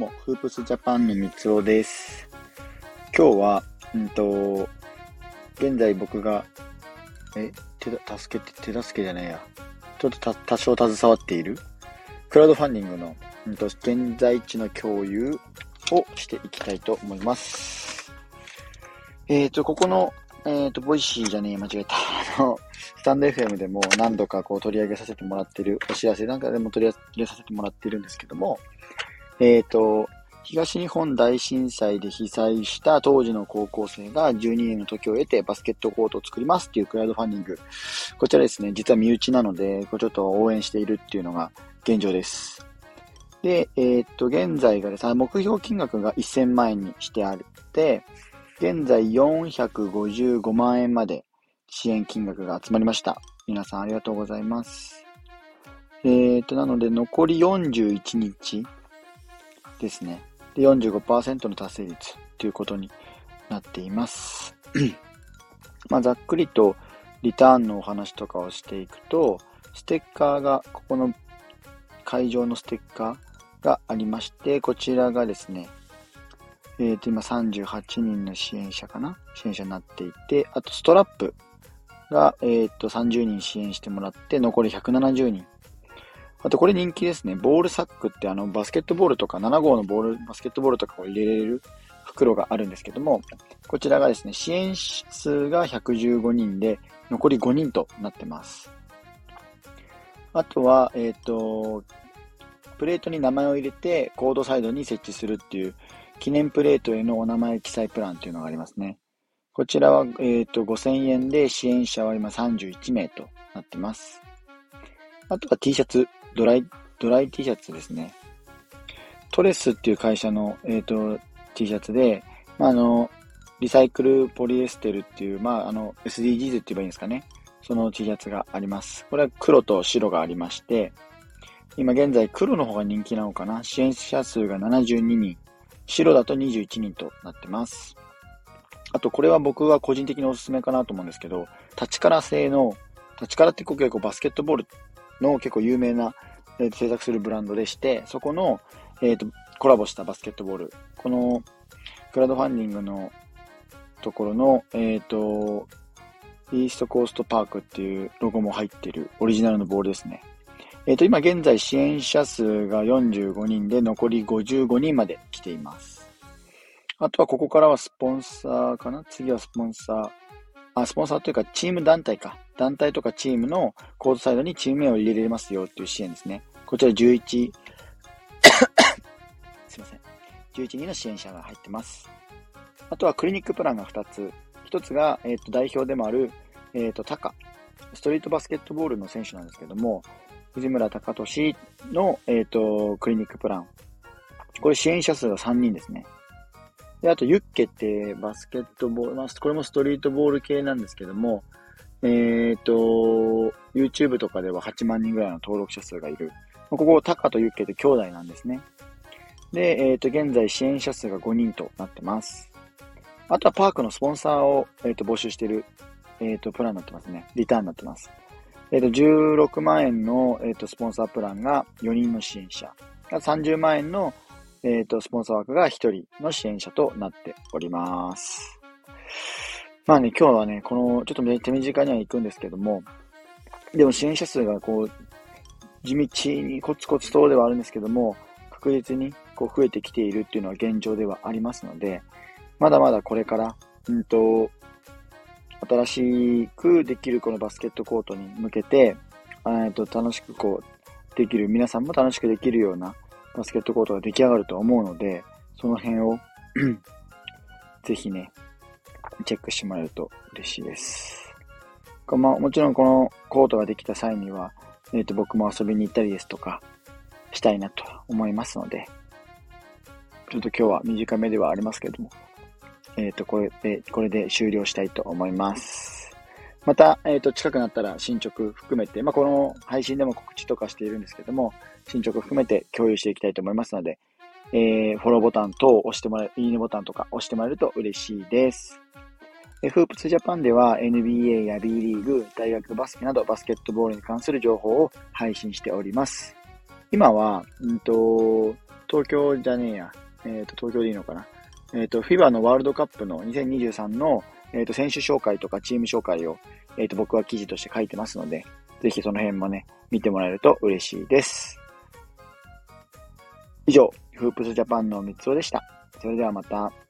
も、フープスジャパンのみつおです。今日は、現在僕が、手助けじゃないや。ちょっと多少携わっている、クラウドファンディングの、現在地の共有をしていきたいと思います。ここの、ボイシーじゃねえ、間違えた。スタンド FM でも何度か取り上げさせてもらっている、お知らせなんかでも取り上げさせてもらっているんですけども、東日本大震災で被災した当時の高校生が12年の時を経てバスケットコートを作りますっていうクラウドファンディング。こちらですね、実は身内なので、ちょっと応援しているっていうのが現状です。で、現在がですね、目標金額が1000万円にしてあって、現在455万円まで支援金額が集まりました。皆さんありがとうございます。なので残り41日ですね。で、45% の達成率ということになっています。ざっくりとリターンのお話とかをしていくと、ステッカーが、ここの会場のステッカーがありまして、こちらがですね、今38人の支援者になっていて、あとストラップが、30人支援してもらって、残り170人。あとこれ人気ですね。ボールサックってバスケットボールとか7号のバスケットボールとかを入れれる袋があるんですけども、こちらがですね、支援数が115人で、残り5人となってます。あとは、プレートに名前を入れてコードサイドに設置するっていう記念プレートへのお名前記載プランっていうのがありますね。こちらは、5000円で支援者は今31名となってます。あとは T シャツ、ドライ T シャツですね。トレスっていう会社の、T シャツで、リサイクルポリエステルっていう、SDGs って言えばいいんですかね。その T シャツがあります。これは黒と白がありまして、今現在黒の方が人気なのかな。支援者数が72人、白だと21人となってます。あとこれは僕は個人的におすすめかなと思うんですけど、立川製の、立川って結構バスケットボールの結構有名な、制作するブランドでして、そこの、コラボしたバスケットボール。このクラウドファンディングのところの、イーストコーストパークっていうロゴも入っているオリジナルのボールですね。今現在支援者数が45人で残り55人まで来ています。あとはここからはスポンサーかな。次はスポンサーというかチーム団体か。団体とかチームのコードサイドにチーム名を入れれますよっていう支援ですね。こちら11、すいません。11人の支援者が入ってます。あとはクリニックプランが2つ。1つが、代表でもある、タカ。ストリートバスケットボールの選手なんですけども、藤村隆俊の、クリニックプラン。これ支援者数が3人ですね。で、あとユッケってバスケットボール、これもストリートボール系なんですけども、YouTube とかでは8万人ぐらいの登録者数がいる。ここ、タカとユッケって兄弟なんですね。で、現在支援者数が5人となってます。あとはパークのスポンサーを、募集している、プランになってますね。リターンになってます。16万円の、スポンサープランが4人の支援者。30万円の、スポンサー枠が1人の支援者となっております。今日はね、ちょっと手短には行くんですけども、でも支援者数が地道にコツコツとではあるんですけども、確実に増えてきているっていうのは現状ではありますので、まだまだこれから、新しくできるこのバスケットコートに向けて、楽しくできる、皆さんも楽しくできるようなバスケットコートが出来上がると思うので、その辺をぜひね、チェックしてもらえると嬉しいです。もちろんこのコートができた際には、僕も遊びに行ったりですとかしたいなと思いますので、ちょっと今日は短めではありますけども、これで終了したいと思います。また、近くなったら進捗含めて、この配信でも告知とかしているんですけども、進捗含めて共有していきたいと思いますので、フォローボタン等を押してもらえる、いいねボタンとか押してもらえると嬉しいです。フープスジャパンでは NBA や B リーグ、大学バスケなどバスケットボールに関する情報を配信しております。今は、 東京じゃねえや。東京でいいのかな。FIBA のワールドカップの2023の、選手紹介とかチーム紹介を、僕は記事として書いてますので、ぜひその辺もね、見てもらえると嬉しいです。以上、フープスジャパンの三つおでした。それではまた。